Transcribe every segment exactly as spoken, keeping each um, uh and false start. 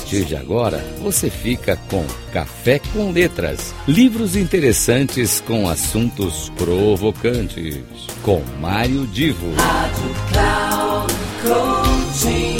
partir de agora, você fica com Café com Letras, livros interessantes com assuntos provocantes, com Mário Divo. Rádio Cloud Coaching.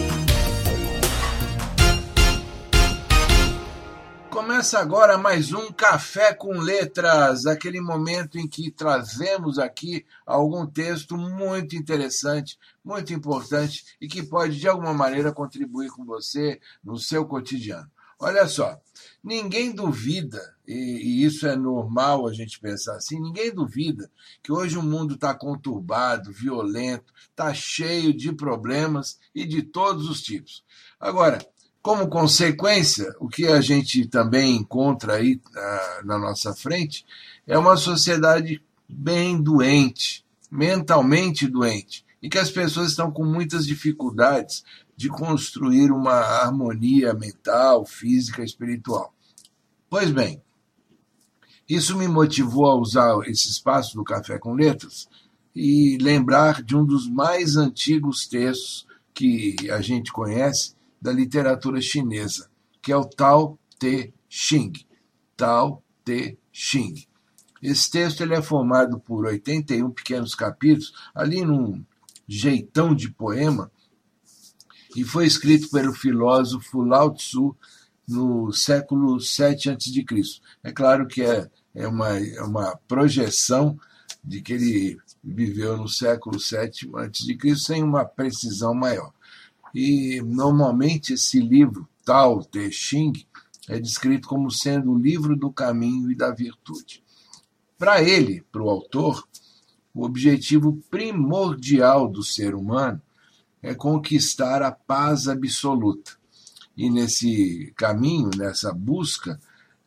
Começa agora mais um Café com Letras, aquele momento em que trazemos aqui algum texto muito interessante, muito importante e que pode de alguma maneira contribuir com você no seu cotidiano. Olha só, ninguém duvida, e, e isso é normal a gente pensar assim, ninguém duvida que hoje o mundo está conturbado, violento, está cheio de problemas e de todos os tipos. Agora, como consequência, o que a gente também encontra aí uh, na nossa frente é uma sociedade bem doente, mentalmente doente, e que as pessoas estão com muitas dificuldades de construir uma harmonia mental, física e espiritual. Pois bem, isso me motivou a usar esse espaço do Café com Letras e lembrar de um dos mais antigos textos que a gente conhece da literatura chinesa, que é o Tao Te Ching. Tao Te Ching. Esse texto ele é formado por oitenta e um pequenos capítulos, ali num jeitão de poema, e foi escrito pelo filósofo Lao Tzu no século sete antes de Cristo. É claro que é, é, uma, é uma projeção de que ele viveu no século sete antes de Cristo sem uma precisão maior. E, normalmente, esse livro, Tao Te Ching, é descrito como sendo o livro do caminho e da virtude. Para ele, para o autor, o objetivo primordial do ser humano é conquistar a paz absoluta. E nesse caminho, nessa busca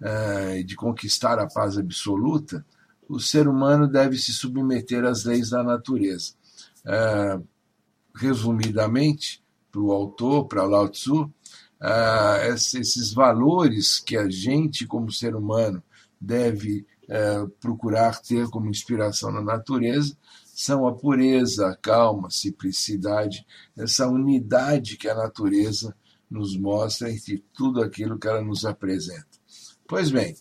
uh, de conquistar a paz absoluta, o ser humano deve se submeter às leis da natureza. Uh, resumidamente, para o autor, para Lao Tzu, uh, esses valores que a gente, como ser humano, deve uh, procurar ter como inspiração na natureza são a pureza, a calma, a simplicidade, essa unidade que a natureza nos mostra entre tudo aquilo que ela nos apresenta. Pois bem,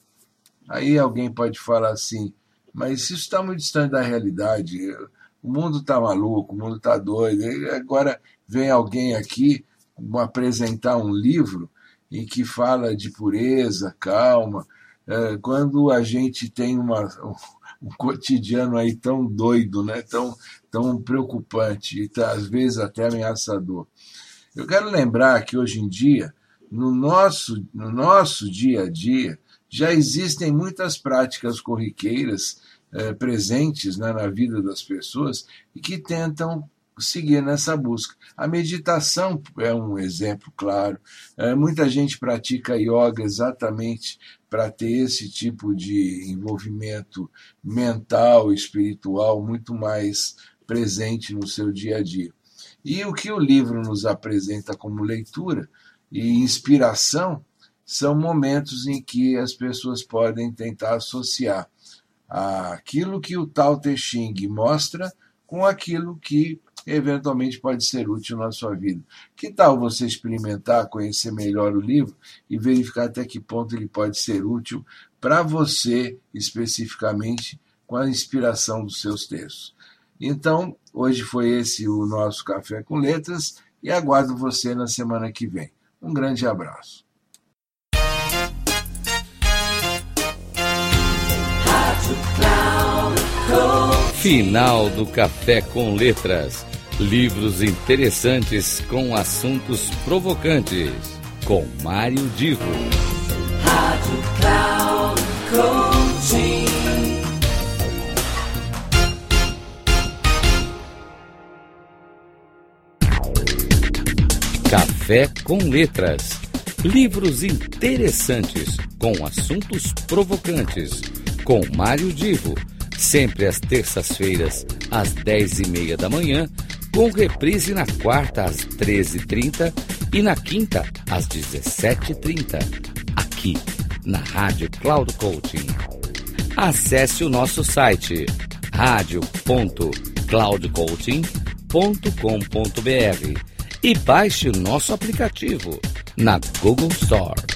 aí alguém pode falar assim, mas isso está muito distante da realidade, o mundo está maluco, o mundo está doido, e agora vem alguém aqui apresentar um livro em que fala de pureza, calma, quando a gente tem uma, um cotidiano aí tão doido, né? tão, tão preocupante e tá, às vezes até ameaçador. Eu quero lembrar que hoje em dia, no nosso, no nosso dia a dia, já existem muitas práticas corriqueiras eh, presentes, né, na vida das pessoas e que tentam seguir nessa busca. A meditação é um exemplo claro. É, muita gente pratica yoga exatamente para ter esse tipo de envolvimento mental, espiritual, muito mais presente no seu dia a dia. E o que o livro nos apresenta como leitura e inspiração são momentos em que as pessoas podem tentar associar aquilo que o Tao Te Ching mostra com aquilo que eventualmente pode ser útil na sua vida. Que tal você experimentar, conhecer melhor o livro e verificar até que ponto ele pode ser útil para você, especificamente, com a inspiração dos seus textos. Então, hoje foi esse o nosso Café com Letras e aguardo você na semana que vem. Um grande abraço. Final do Café com Letras. Livros interessantes com assuntos provocantes. Com Mário Divo. Rádio Cloud Coaching. Café com Letras. Livros interessantes com assuntos provocantes. Com Mário Divo. Sempre às terças-feiras, às dez e meia da manhã, com reprise na quarta, às treze e trinta e na quinta, às dezessete e trinta, aqui na Rádio Cloud Coaching. Acesse o nosso site rádio ponto cloud coaching ponto com ponto b r e baixe o nosso aplicativo na Google Store.